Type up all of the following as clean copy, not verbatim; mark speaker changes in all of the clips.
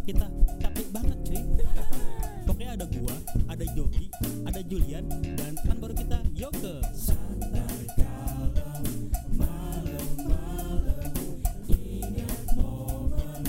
Speaker 1: kenapa kita capek banget cuy. Pokoknya ada gua, ada Jogi, ada Julian, dan teman baru kita Yoke. Santai kalem, malam-malam, ingat momen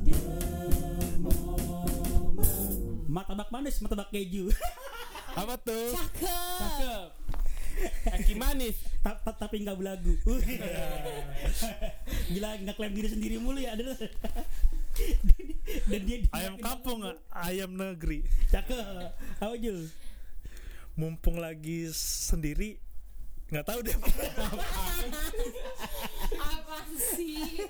Speaker 1: martabak manis, martabak keju.
Speaker 2: Apa tuh?
Speaker 3: Cakep.
Speaker 2: Eki manis.
Speaker 1: Tapi nggak belagu. Gila, nggak klaim diri sendiri mulu ya. Dan dia
Speaker 4: Ayam kampung, ayam negeri.
Speaker 1: cakep. Apa Jul?
Speaker 4: Mumpung lagi sendiri, nggak tahu deh.
Speaker 3: Apa sih?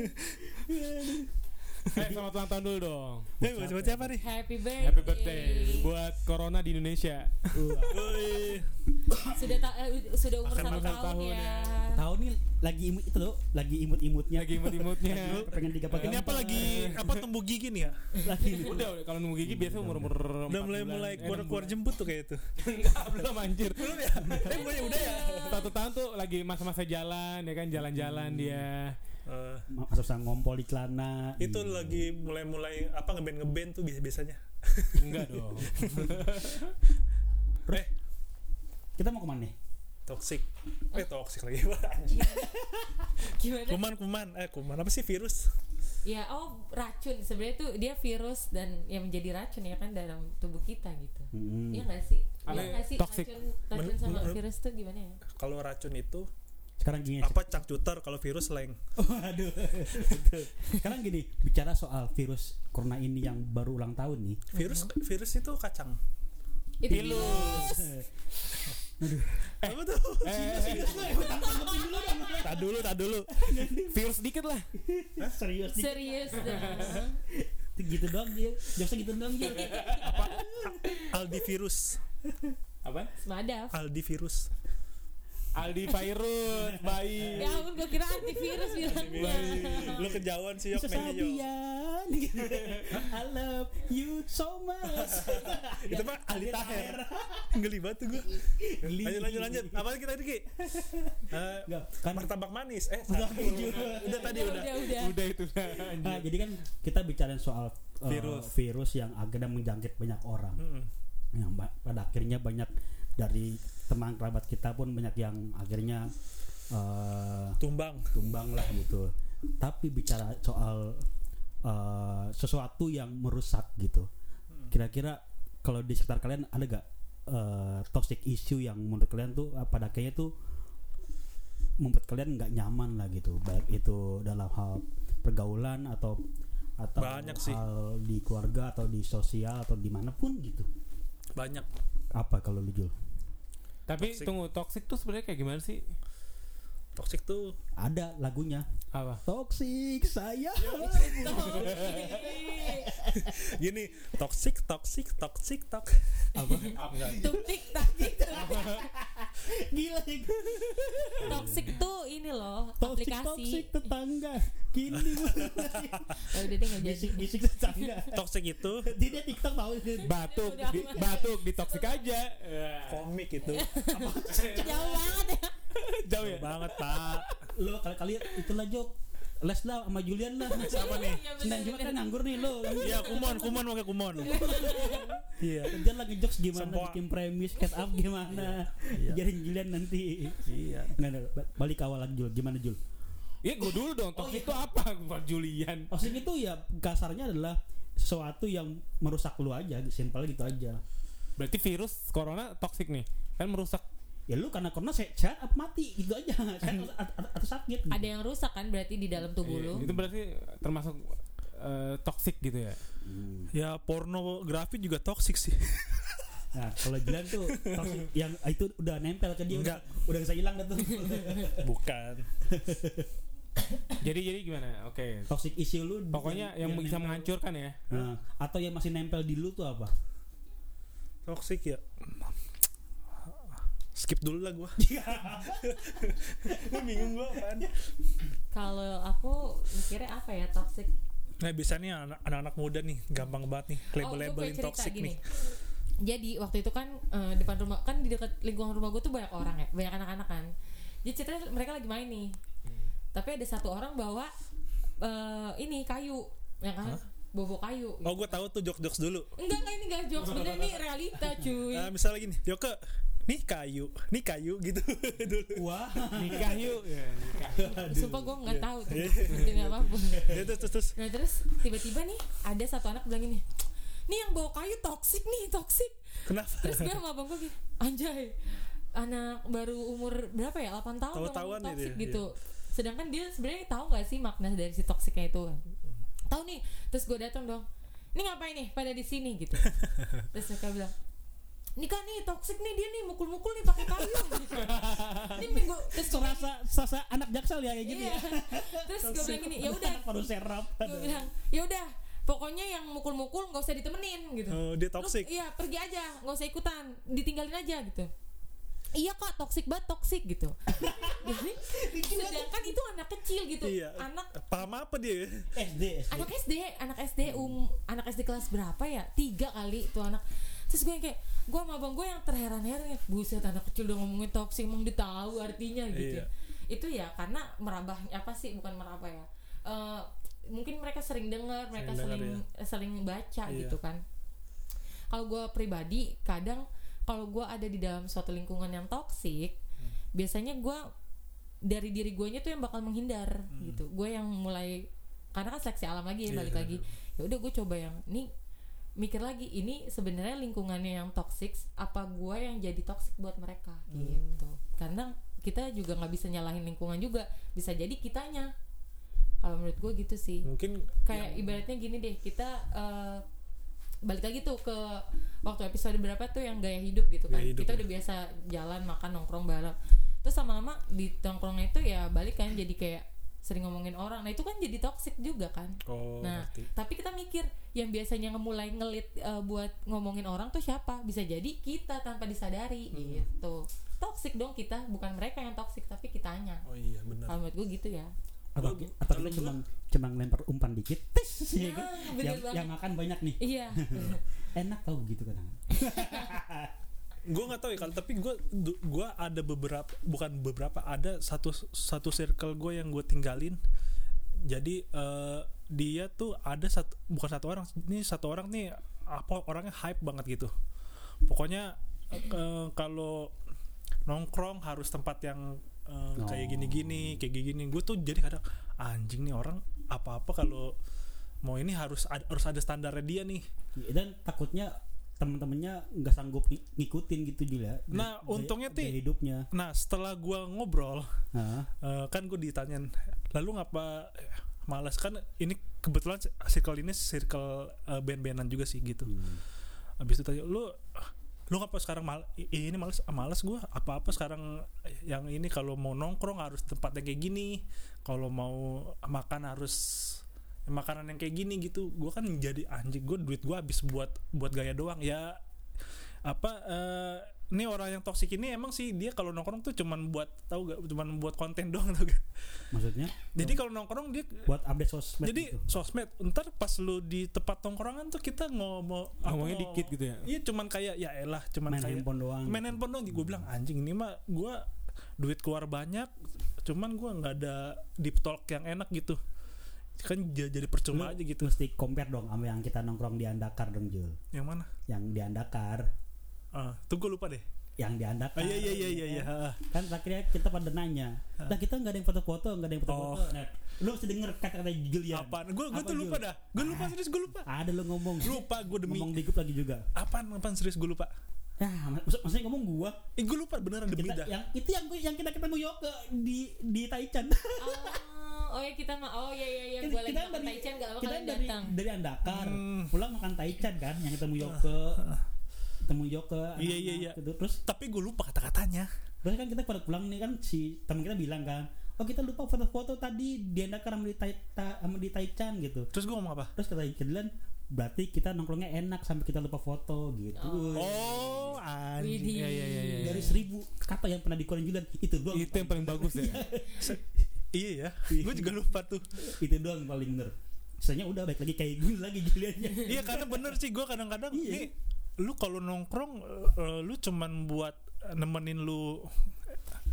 Speaker 2: Selamat ulang tahun dulu dong.
Speaker 4: Buat siapa nih?
Speaker 3: Happy birthday.
Speaker 2: Happy birthday buat corona di Indonesia.
Speaker 4: Woi,
Speaker 3: Sudah umur
Speaker 2: Akan
Speaker 3: 1
Speaker 2: ulang
Speaker 3: tahun
Speaker 2: tahun
Speaker 3: ya.
Speaker 1: Tahun nih lagi itu loh, lagi imut-imutnya.
Speaker 2: Lagi imut-imutnya.
Speaker 1: Pengen digapak.
Speaker 4: ini apa lagi? Apa tumbuh gigi nih ya?
Speaker 1: Lagi
Speaker 2: Udah kalau nunggu gigi biasa umur
Speaker 4: Udah mulai keluar jembut tuh kayak itu.
Speaker 2: Enggak, belum anjir.
Speaker 4: Belum ya? Udah ya.
Speaker 2: 1 tahun tuh lagi masa-masa jalan ya kan, jalan-jalan dia.
Speaker 1: masa ngompol di celana.
Speaker 4: Itu lagi mulai apa ngeband tuh biasanya.
Speaker 2: Enggak dong.
Speaker 1: Kita mau kemana nih?
Speaker 4: Toxic lagi.
Speaker 3: Gimana?
Speaker 4: Kuman apa sih, virus?
Speaker 3: Ya, racun. Sebenarnya tuh dia virus dan yang menjadi racun ya kan dalam tubuh kita gitu. Iya nggak sih? Iya nggak sih?
Speaker 2: Toxic.
Speaker 3: Racun sama virus tuh gimana ya?
Speaker 4: Kalau racun itu
Speaker 1: Sekarang gini.
Speaker 4: apa, cangcuter, kalau virus leng.
Speaker 1: Waduh. Sekarang gini, bicara soal virus corona ini yang baru ulang tahun nih.
Speaker 4: Virus itu kacang.
Speaker 3: Itu
Speaker 2: Pilus.
Speaker 1: Aduh.
Speaker 4: Apa tuh?
Speaker 2: Tak dulu. Virus dikit lah.
Speaker 1: Serius nih.
Speaker 3: serius dah.
Speaker 1: Gitu doang dia. Jokesnya gitu doang dia.
Speaker 4: Aldivirus.
Speaker 2: Apa?
Speaker 3: Semadaf.
Speaker 4: Aldivirus.
Speaker 2: Aldi virus, baik.
Speaker 3: Ya ampun, gue kira antivirus bilangnya.
Speaker 4: Lu kejauhan sih, Yok, mainnya, Yok.
Speaker 1: Sabian gitu. I love you so much.
Speaker 4: Itu mah Aldi Taher. Geli banget tuh gue. Lanjut. Apa kita tadi, Ki?
Speaker 1: Enggak, kan
Speaker 4: Martabak manis.
Speaker 1: udah keju.
Speaker 4: Udah tadi udah.
Speaker 2: Udah itu.
Speaker 1: Nah, jadi kan kita bicarain soal
Speaker 2: Virus.
Speaker 1: yang akhirnya menjangkit banyak orang.
Speaker 4: Mm-mm.
Speaker 1: Yang pada akhirnya banyak dari teman kerabat kita pun banyak yang akhirnya
Speaker 4: Tumbang.
Speaker 1: tumbang lah gitu. Tapi bicara soal sesuatu yang merusak gitu, kira-kira kalau di sekitar kalian ada gak toxic issue yang menurut kalian tuh pada akhirnya tuh membuat kalian nggak nyaman lah gitu, baik itu dalam hal pergaulan atau
Speaker 4: Banyak sih.
Speaker 1: hal di keluarga atau di sosial atau dimanapun gitu.
Speaker 4: Banyak.
Speaker 1: Apa kalau lu Jul?
Speaker 2: Tapi
Speaker 4: Toxic.
Speaker 2: tunggu, toxic tuh sebenarnya kayak gimana sih?
Speaker 4: Toxic tuh
Speaker 1: Ada lagunya.
Speaker 2: Apa?
Speaker 1: Toxic saya.
Speaker 4: gini, toxic.
Speaker 1: Apa?
Speaker 3: Tuk-tik tak gitu.
Speaker 1: Gila ya.
Speaker 3: Toxic tuh ini loh,
Speaker 1: Toxic
Speaker 3: aplikasi.
Speaker 1: tetangga. Kini
Speaker 3: Oh, udah deh nggak jadi.
Speaker 1: bisik tetangga.
Speaker 4: Toxic itu
Speaker 1: Dia TikTok tahu.
Speaker 2: Batuk di toxic aja.
Speaker 4: komik itu.
Speaker 3: Jauh banget ya.
Speaker 2: Jauh ya?
Speaker 4: Banget, Pak.
Speaker 1: Lo kali-kali itulah Jok. Les lah sama Julian lah.
Speaker 4: Siapa nih?
Speaker 1: Senin Jumat kan nganggur nih lo.
Speaker 4: Iya, kumon pakai kumon. Iya.
Speaker 1: Dia lagi jokes gimana,
Speaker 4: Semua.
Speaker 1: bikin premis, cat up gimana. Biarin Julian nanti.
Speaker 4: Iya.
Speaker 1: Nggak, balik awal lagi Jul. Gimana Jul?
Speaker 2: Ya gue dulu dong, toxic itu apa Pak Julian?
Speaker 1: Toxic itu ya kasarnya adalah sesuatu yang merusak lu aja, simpel gitu aja.
Speaker 2: Berarti virus corona toxic nih, kan merusak.
Speaker 1: Ya lu karena sehat apa mati gitu aja. Sehat atau sakit gitu.
Speaker 3: Ada yang rusak kan berarti di dalam tubuh lu.
Speaker 2: Itu berarti termasuk toxic gitu ya?
Speaker 4: Ya, pornografi juga toxic sih.
Speaker 1: Nah, kalau Julian tuh toxic yang itu udah nempel ke dia,
Speaker 4: Enggak.
Speaker 1: udah bisa hilang dah tuh.
Speaker 4: Bukan.
Speaker 2: Jadi gimana? Oke.
Speaker 1: Toxic issue lu
Speaker 2: Pokoknya yang bisa
Speaker 1: nempel.
Speaker 2: menghancurkan ya.
Speaker 1: Nah, atau yang masih nempel di lu tuh apa?
Speaker 4: Toxic ya. Skip dulu lah gua. Bingung gua apaan.
Speaker 3: Kalau aku mikirnya apa ya toxic?
Speaker 4: Nah, biasanya anak-anak muda nih gampang banget nih label-labelin toxic nih.
Speaker 3: Jadi waktu itu kan depan rumah kan di dekat lingkungan rumah gue tuh banyak orang ya, banyak anak-anak kan. Jadi ceritanya mereka lagi main nih. Tapi ada satu orang bawa ini kayu, ya kan? bobo kayu.
Speaker 4: Oh, gue tahu tuh jokes dulu.
Speaker 3: Enggak, ini enggak jokes, bener nih realita cuy.
Speaker 4: Misalnya gini, Yoke, nih kayu gitu dulu.
Speaker 1: Wah,
Speaker 2: Nikah yuk. Ya, nikah.
Speaker 3: Sumpah gue nggak tahu tuh demi apapun.
Speaker 4: Ya, terus.
Speaker 3: Nah terus tiba-tiba nih ada satu anak bilang gini, nih yang bawa kayu toksik.
Speaker 4: Kenapa?
Speaker 3: Terus gue sama abang gue gini, anjay, anak baru umur berapa ya, 8 tahun
Speaker 4: Tahu-tahuan
Speaker 3: ngomong toksik
Speaker 4: ini,
Speaker 3: gitu. Sedangkan dia sebenarnya tahu nggak sih makna dari si toksiknya itu? Tahu nih. Terus gue datang dong, ini ngapain nih pada di sini gitu. Terus mereka bilang, nikah nih toksik nih, dia nih mukul-mukul nih pakai kayu. Ini minggu terus gue
Speaker 1: serasa anak jaksel ya kayak gitu
Speaker 3: iya.
Speaker 1: ya.
Speaker 3: Terus gue bilang gini, ya udah.
Speaker 1: Baru serap.
Speaker 3: Gue bilang, ya udah. Pokoknya yang mukul-mukul nggak usah ditemenin gitu.
Speaker 4: Dia toksik.
Speaker 3: Iya, pergi aja, nggak usah ikutan, ditinggalin aja gitu. Iya kak, toksik gitu. Jadi, sedangkan itu anak kecil gitu.
Speaker 4: Iya.
Speaker 3: Anak
Speaker 4: paham apa dia?
Speaker 1: SD.
Speaker 3: anak SD kelas berapa ya? 3 kali itu anak. Terus gue kayak, gue sama abang gue yang terheran-heran ya, buset anak kecil udah ngomongin toksik, emang dia tahu artinya gitu.
Speaker 4: Iya.
Speaker 3: Itu ya karena merabah apa sih, bukan merabah ya. Mungkin mereka sering dengar, mereka sering baca
Speaker 4: iya.
Speaker 3: gitu kan. Kalau gue pribadi, kadang kalau gue ada di dalam suatu lingkungan yang toksik, biasanya gue dari diri guanya tuh yang bakal menghindar gitu. Gue yang mulai, karena kan seleksi alam lagi ya, balik lagi. Ya udah gue coba yang ini, mikir lagi, ini sebenarnya lingkungannya yang toksik, apa gue yang jadi toksik buat mereka gitu. Karena kita juga nggak bisa nyalahin lingkungan juga, bisa jadi kitanya. Kalau menurut gue gitu sih.
Speaker 4: Mungkin
Speaker 3: kayak ibaratnya gini deh, kita balik lagi tuh ke waktu episode berapa tuh yang gaya hidup gitu kan. Kita udah biasa jalan, makan, nongkrong bareng. Terus lama-lama di nongkrongnya itu ya balik kan jadi kayak sering ngomongin orang. Nah itu kan jadi toksik juga kan.
Speaker 4: ngerti.
Speaker 3: Tapi kita mikir yang biasanya mulai ngelit buat ngomongin orang tuh siapa? Bisa jadi kita tanpa disadari gitu. Toksik dong kita, bukan mereka yang toksik tapi kitanya.
Speaker 4: Oh iya benar.
Speaker 3: Kalau menurut gue gitu ya.
Speaker 1: Atau kita cuma ngelempar umpan dikit, tes ya kan? Yang makan banyak nih.
Speaker 3: Iya.
Speaker 1: Enak tau gitu kan.
Speaker 4: Gue nggak tahu ya kan, tapi gue ada ada satu circle gue yang gue tinggalin. Jadi dia tuh ada bukan satu orang nih, apa orangnya hype banget gitu. Pokoknya kalau nongkrong harus tempat yang kayak gini gue tuh jadi kadang anjing nih orang apa kalau mau ini harus ada standarnya dia nih.
Speaker 1: Dan takutnya teman-temannya nggak sanggup ngikutin gitu juga.
Speaker 4: Nah untungnya
Speaker 1: hidupnya.
Speaker 4: Nah setelah gue ngobrol kan gue ditanyain, lalu ngapa malas, kan ini kebetulan circle ini circle band-bandan juga sih gitu. Abis itu tanya, lu ngapa sekarang ini malas gue, apa sekarang yang ini, kalau mau nongkrong harus tempatnya kayak gini, kalau mau makan harus makanan yang kayak gini gitu. Gue kan jadi anjing, gue duit gue habis buat gaya doang ya. Ini orang yang toksik ini emang sih dia kalau nongkrong tuh cuman buat buat konten doang tau gak?
Speaker 1: Maksudnya?
Speaker 4: Jadi kalau nongkrong dia
Speaker 1: buat update sosmed.
Speaker 4: Jadi
Speaker 1: gitu.
Speaker 4: sosmed, ntar pas lu di tempat nongkrongan tuh kita ngomongnya
Speaker 2: dikit gitu ya.
Speaker 4: Iya cuman kayak ya elah, cuman
Speaker 1: main
Speaker 4: kayak
Speaker 1: handphone doang.
Speaker 4: Main handphone doang. Gue bilang anjing ini mah gue duit keluar banyak, cuman gue nggak ada deep talk yang enak gitu. Kan jadi percuma aja gitu.
Speaker 1: Mesti compare dong sama yang kita nongkrong di Andakar dong Jul.
Speaker 4: Yang mana?
Speaker 1: Yang di Andakar.
Speaker 4: Tuh gue lupa deh.
Speaker 1: Yang di Andakar.
Speaker 4: Iya.
Speaker 1: Kan akhirnya kita pada nanya. Nah kita nggak ada yang foto-foto, nggak ada yang foto-foto. Nah, lu mesti denger kata-kata Julian.
Speaker 4: Apaan? Gue tuh lupa dah. Gue lupa serius, gue lupa.
Speaker 1: Ada lu ngomong.
Speaker 4: Lupa gue demi.
Speaker 1: Ngomong di grup lagi juga.
Speaker 4: Apaan serius gue lupa.
Speaker 1: Ya, maksudnya ngomong gua.
Speaker 4: Gue lupa beneran demi dah.
Speaker 1: Yang kita ketemu Yoke di Taichan.
Speaker 3: Oh ya kita iya gue lagi makan Taichan gak lama kalian datang.
Speaker 1: Dari Andakar pulang makan Taichan kan, yang ketemu Yoke.
Speaker 4: Iya.
Speaker 1: Gitu. Terus
Speaker 4: tapi gue lupa kata-katanya.
Speaker 1: Terus kan kita pada pulang nih kan, si teman kita bilang kan, oh kita lupa foto-foto tadi di Andakar sama di Taichan gitu.
Speaker 4: Terus gue ngomong apa?
Speaker 1: Terus kata Julian, berarti kita nongkrongnya enak sampai kita lupa foto gitu.
Speaker 4: Anjing. Iya.
Speaker 1: Dari 1000 kata yang pernah dikeluarin Julian, itu doang.
Speaker 2: Itu yang paling bagus ya.
Speaker 4: Iya ya, gue juga lupa tuh.
Speaker 1: Itu doang paling bener. Misalnya udah baik lagi kayak gue lagi Juliannya.
Speaker 4: Iya karena bener sih, gue kadang-kadang nih, lu kalau nongkrong lu cuman buat nemenin lu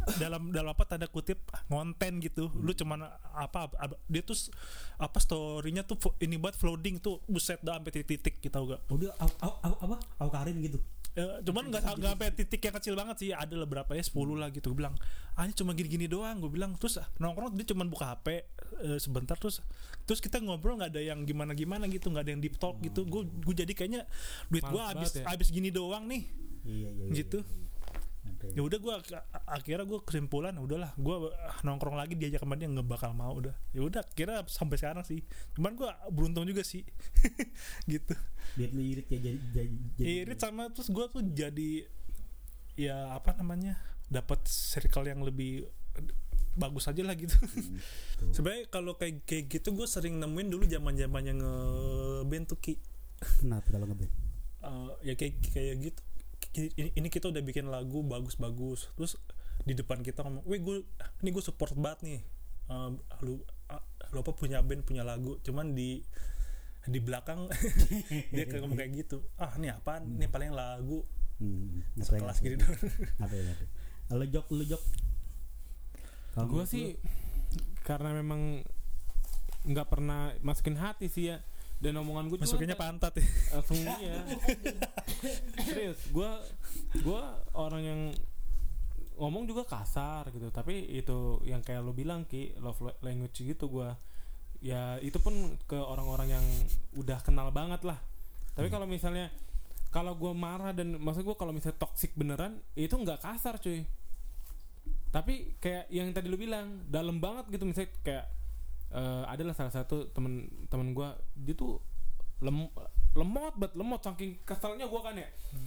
Speaker 4: dalam apa tanda kutip konten gitu. Lu cuman dia tuh story-nya tuh ini buat floating tuh buset dah sampai titik kita gak.
Speaker 1: Udah Karin gitu.
Speaker 4: Cuman nggak sampai titik yang kecil banget sih, ada lah berapa ya 10 lah gitu. Gue bilang ini cuma gini-gini doang, gue bilang. Terus nongkrong dia cuman buka HP sebentar, terus kita ngobrol nggak ada yang gimana gitu, nggak ada yang deep talk gitu. Gue jadi kayaknya duit gue habis gini doang nih.
Speaker 1: Iya,
Speaker 4: gitu. Ya udah gue akhirnya gue kesimpulan udahlah gue nongkrong lagi diajak sama dia nggak bakal mau udah. Ya udah kira sampai sekarang sih. Cuman gue beruntung juga sih. Gitu.
Speaker 1: Biar lu irit ya jadi
Speaker 4: irit sama terus gue tuh jadi ya apa namanya dapat circle yang lebih bagus aja lah gitu. Sebenarnya kalau kayak gitu gue sering nemuin dulu zaman-zamannya ngeband tuh Ki.
Speaker 1: Kenapa kalau ngeband?
Speaker 4: Ya kayak gitu. Ini kita udah bikin lagu bagus-bagus, terus di depan kita ngomong, gue support banget nih, lu apa punya band punya lagu, cuman di belakang dia ngomong kayak gitu, ini apaan, ini paling lagu sekelas gitu doang.
Speaker 1: Lu jok.
Speaker 2: Gue sih karena memang nggak pernah masukin hati sih ya. Dan omongan gue
Speaker 4: masukinnya pantat ya.
Speaker 2: Langsung iya. Serius, gue orang yang ngomong juga kasar gitu. Tapi itu yang kayak lo bilang Ki, love language gitu gue. Ya itu pun ke orang-orang yang udah kenal banget lah. Tapi kalau misalnya kalau gue marah dan maksud gue kalau misalnya toxic beneran itu nggak kasar cuy. Tapi kayak yang tadi lo bilang dalam banget gitu, misalnya kayak adalah salah satu temen gue, dia tuh lemot saking keselnya gue kan ya.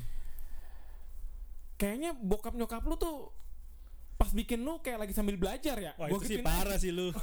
Speaker 2: Kayaknya bokap nyokap lu tuh pas bikin lu kayak lagi sambil belajar ya.
Speaker 4: Wah itu sih parah sih lu.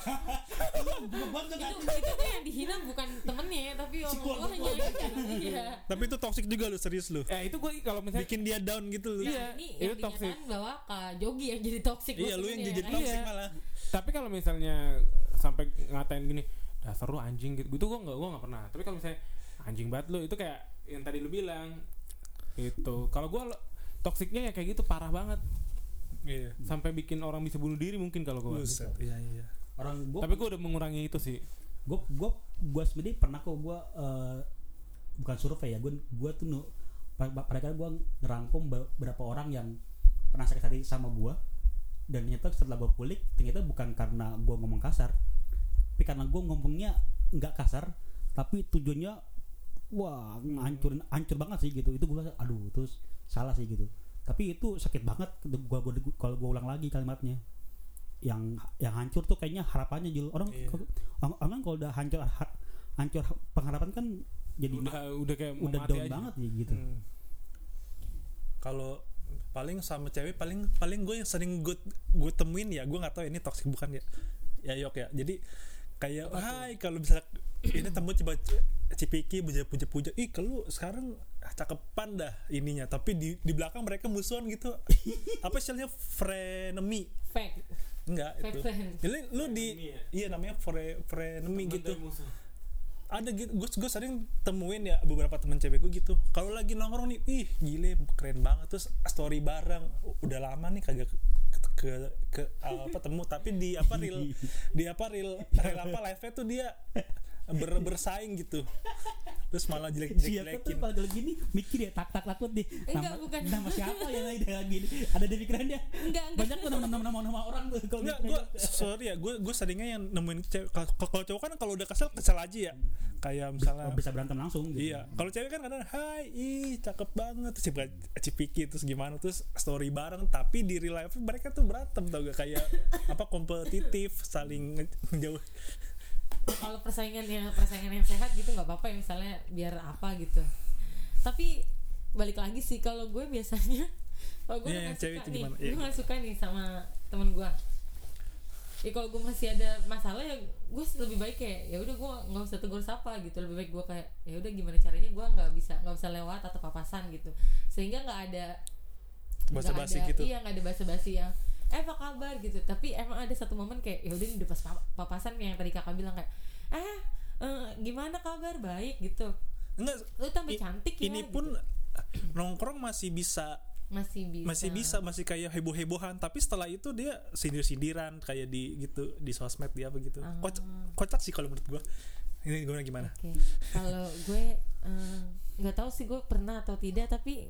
Speaker 3: itu tuh yang dihina bukan temennya tapi orang tuanya. Iya.
Speaker 4: Tapi itu toxic juga lu, serius lu.
Speaker 2: Itu gue kalau misalnya
Speaker 4: bikin dia down gitu lu.
Speaker 3: Iya, ini yang toxic bahwa Kak Jogi yang jadi toxic.
Speaker 4: Iya, lu yang jadi toxic malah.
Speaker 2: Tapi kalau misalnya sampai ngatain gini, dasar lu anjing gitu gue nggak pernah. Tapi kalau misalnya anjing banget lu, itu kayak yang tadi lu bilang itu. Kalau gue toksiknya ya kayak gitu parah banget.
Speaker 4: Iya.
Speaker 2: Sampai bikin orang bisa bunuh diri mungkin kalau gue.
Speaker 4: Iya.
Speaker 2: Tapi gue udah mengurangi itu sih.
Speaker 1: Gue sebenarnya pernah kok gue bukan survei ya, gue tuh pada kali gue ngerangkum beberapa orang yang pernah sakit hati sama gue, dan ternyata setelah gue kulik ternyata bukan karena gue ngomong kasar, tapi karena gue ngomongnya nggak kasar tapi tujuannya wah hancur banget sih gitu. Itu gue terus salah sih gitu. Tapi itu sakit banget kalau gue ulang lagi kalimatnya. Yang hancur tuh kayaknya harapannya Jul. Orang kan kalau udah hancur pengharapan kan jadi
Speaker 2: udah kayak
Speaker 1: udah down aja banget ya gitu.
Speaker 4: Kalau paling sama cewek paling gue yang sering gue temuin ya, gue nggak tahu ini toxic bukan ya Yok ya. Jadi kayak hai kalau misalnya ini temu coba cipiki puja-puja, kalau sekarang cakepan dah ininya, tapi di belakang mereka musuhan gitu. Apa istilahnya frenemy?
Speaker 3: Fake.
Speaker 4: Enggak
Speaker 3: fake
Speaker 4: itu.
Speaker 3: Friend.
Speaker 4: Jadi lu iya namanya frenemy gitu. Ada gitu, gue sering temuin ya beberapa temen cewek gue gitu. Kalau lagi nongkrong nih, gile keren banget, terus story bareng. Udah lama nih kagak ke temu, tapi di real live-nya tuh dia bersaing gitu. Terus malah jelek-jelekin.
Speaker 1: Siapa tuh kalau gini mikir ya takut deh. Nama siapa yang lagi ada di pikiran dia?
Speaker 3: Enggak.
Speaker 1: Banyak tuh nama orang tuh kalau
Speaker 4: gue seringnya yang nemuin cewek. Kalau cowok kan kalau udah kesel aja ya. Kayak misalnya
Speaker 1: bisa berantem langsung gitu.
Speaker 4: Iya. Kalau cewek kan kadang hai, cakep banget, terus cipiki terus gimana, terus story bareng, tapi di real life mereka tuh berantem tau gak, kayak kompetitif, saling menjauh.
Speaker 3: Kalau persaingan yang sehat gitu nggak apa-apa ya, misalnya biar apa gitu. Tapi balik lagi sih, kalau gue biasanya kalau gue nggak suka nih sama temen gue. Ya kalau gue masih ada masalah ya gue lebih baik kayak ya udah gue nggak usah tegur sapa gitu. Lebih baik gue kayak ya udah gimana caranya gue nggak bisa lewat atau papasan gitu, sehingga nggak ada
Speaker 4: basa-basi gitu.
Speaker 3: Iya, nggak ada basa-basi yang apa kabar gitu. Tapi emang ada satu momen kayak ya udah udah pas papasan yang tadi kakak bilang kayak gimana kabar, baik gitu.
Speaker 4: Enggak,
Speaker 3: lu tambah cantik ya.
Speaker 4: Ini pun gitu. Nongkrong masih bisa
Speaker 3: masih bisa.
Speaker 4: masih kayak heboh-hebohan, tapi setelah itu dia sindir-sindiran kayak di gitu di sosmed dia begitu. Kocak sih kalau menurut gua. Ini gimana?
Speaker 3: Oke. Kalau gue nggak tahu sih gue pernah atau tidak, tapi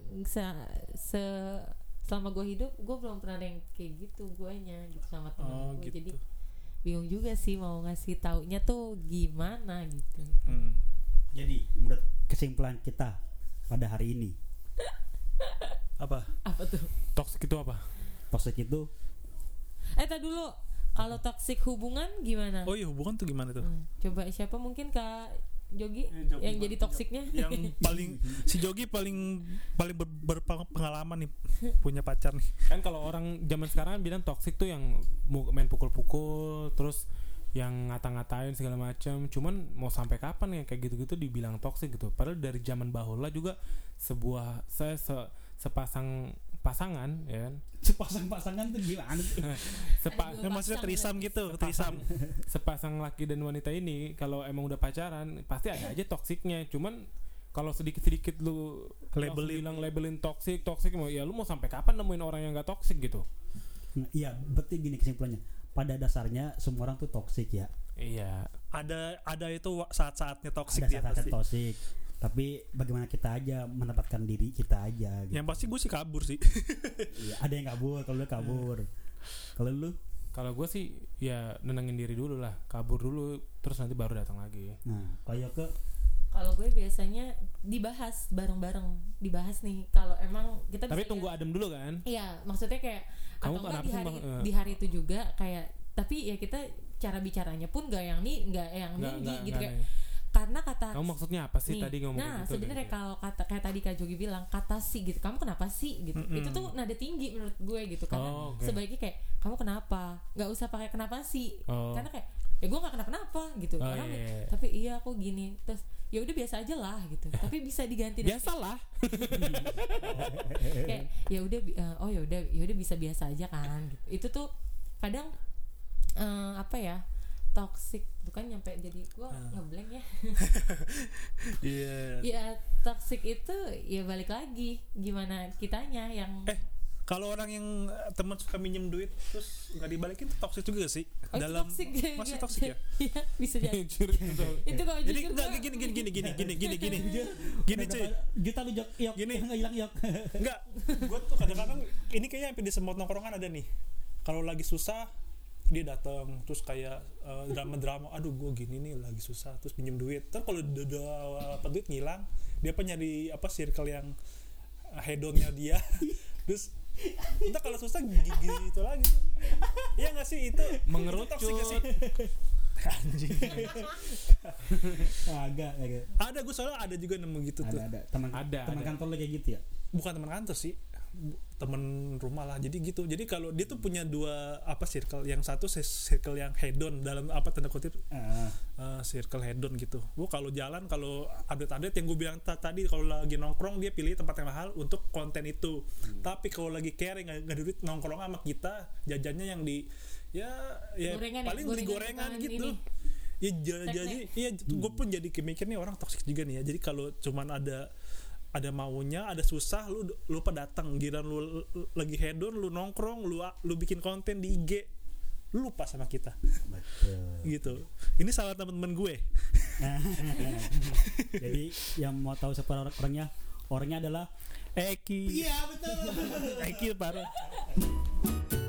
Speaker 3: selama gue hidup gue belum pernah ada yang kayak gitu guanya gitu sama temen gue.
Speaker 4: Gitu.
Speaker 3: Jadi bingung juga sih mau ngasih taunya tuh gimana gitu.
Speaker 1: Jadi menurut kesimpulan kita pada hari ini,
Speaker 4: Apa
Speaker 3: tuh?
Speaker 2: Toxic itu apa?
Speaker 1: toxic itu
Speaker 3: Tadi dulu, kalau toxic hubungan gimana?
Speaker 4: Oh iya, hubungan tuh gimana tuh?
Speaker 3: Coba siapa, mungkin Kak Jogi
Speaker 4: Jogi
Speaker 3: yang jadi toksiknya?
Speaker 4: Yang paling si Jogi paling berpengalaman nih, punya pacar nih.
Speaker 2: Kan kalau orang zaman sekarang bilang toxic tuh yang main pukul-pukul, terus yang ngata-ngatain segala macam. Cuman mau sampai kapan ya kayak gitu-gitu dibilang toxic gitu? Padahal dari zaman bahula juga sepasang pasangan ya kan.
Speaker 1: sepasang-pasangan tuh gimana tuh?
Speaker 4: Maksudnya trisam gitu, trisam.
Speaker 2: Sepasang laki dan wanita ini kalau emang udah pacaran pasti ada aja toksiknya. Cuman kalau sedikit-sedikit lu labelin toksik ya lu mau sampai kapan nemuin orang yang gak toksik gitu?
Speaker 1: Iya, berarti gini kesimpulannya. Pada dasarnya semua orang tuh toksik ya.
Speaker 2: Iya.
Speaker 4: Ada itu saat-saatnya toksik
Speaker 1: Ada
Speaker 4: dia
Speaker 1: saat-saat
Speaker 4: pasti.
Speaker 1: toksik. Tapi bagaimana kita aja menempatkan diri kita aja gitu.
Speaker 4: Yang pasti gue sih kabur sih.
Speaker 1: Iya, ada yang kabur, kalau lu kabur. Kalau lu?
Speaker 2: Kalau gue sih ya nenangin diri dulu lah, kabur dulu, terus nanti baru datang lagi.
Speaker 1: Nah, kayak ke
Speaker 3: Kalau gue biasanya dibahas bareng-bareng, dibahas nih. Kalau emang kita
Speaker 2: Tapi
Speaker 3: bisa
Speaker 2: tunggu adem dulu kan?
Speaker 3: Iya, maksudnya kayak
Speaker 2: Kamu
Speaker 3: atau enggak
Speaker 2: kenapa sih,
Speaker 3: di hari itu juga kayak, tapi ya kita cara bicaranya pun nggak yang tinggi gitu kayak. Karena kata
Speaker 2: Kamu maksudnya apa sih
Speaker 3: nih,
Speaker 2: tadi ngomong
Speaker 3: nah
Speaker 2: gitu?
Speaker 3: sebenarnya kalau kata kayak tadi Kak Jogi bilang kata si gitu, kamu kenapa sih gitu, itu tuh nada tinggi menurut gue gitu. Karena sebaiknya kayak kamu kenapa, nggak usah pakai kenapa sih, karena kayak ya gue nggak kenapa gitu. Karena tapi iya aku gini, terus ya udah biasa aja lah gitu. Tapi bisa diganti
Speaker 2: Biasalah.
Speaker 3: kayak ya udah ya udah bisa biasa aja kan gitu. Itu tuh kadang apa ya, toxic itu kan nyampe jadi gua ngeblank ya.
Speaker 4: Iya.
Speaker 3: Ya toxic itu ya balik lagi gimana kitanya yang
Speaker 4: Kalau orang yang teman suka minjem duit terus nggak dibalikin itu toxic juga sih. Dalam
Speaker 3: toxic,
Speaker 4: masih toxic ya?
Speaker 3: Iya, bisa jadi. Itu kalau
Speaker 4: Jadi
Speaker 3: jujur
Speaker 4: enggak
Speaker 3: gua-
Speaker 4: gini cuy.
Speaker 1: Juta lu jok, yok,
Speaker 4: Gini.
Speaker 1: nggak hilang yok.
Speaker 4: Enggak, gue tuh kadang-kadang ini kayaknya sampai di semua nongkrongan ada nih. Kalau lagi susah dia datang terus kayak drama-drama, aduh gue gini nih lagi susah, terus pinjem duit. Terus kalau udah apa duit ngilang, dia nyari circle yang hedonnya dia. Terus entah kalau susah gigi itu lagi. Iya nggak sih itu
Speaker 2: Mengerucut.
Speaker 4: toxic nggak sih? Anjing.
Speaker 1: Agak.
Speaker 4: Ada gue soalnya ada juga nemu gitu tuh.
Speaker 1: Ada teman kantor lu kayak gitu ya.
Speaker 4: Bukan teman kantor sih, teman rumah lah. Jadi gitu. Jadi kalau dia tuh punya dua circle, yang satu circle yang hedon dalam tanda kutip circle hedon gitu. Kalau jalan, kalau update yang gue bilang tadi, kalau lagi nongkrong dia pilih tempat yang mahal untuk konten itu. Tapi kalau lagi caring nggak duit nongkrong sama kita, jajannya yang di ya
Speaker 3: Gorengan
Speaker 4: paling beli gorengan gitu.
Speaker 3: Ini.
Speaker 4: Ya jadi gue pun jadi mikir nih orang toksik juga nih ya. Jadi kalau cuman ada maunya, ada susah, lu lupa datang. Giran lu lagi hedon, lu nongkrong, lu bikin konten di IG, lu lupa sama kita.
Speaker 1: Betul.
Speaker 4: Gitu. Ini salah teman-teman gue.
Speaker 1: Jadi yang mau tahu siapa orangnya adalah
Speaker 4: Eki.
Speaker 1: Iya betul.
Speaker 4: Eki parah.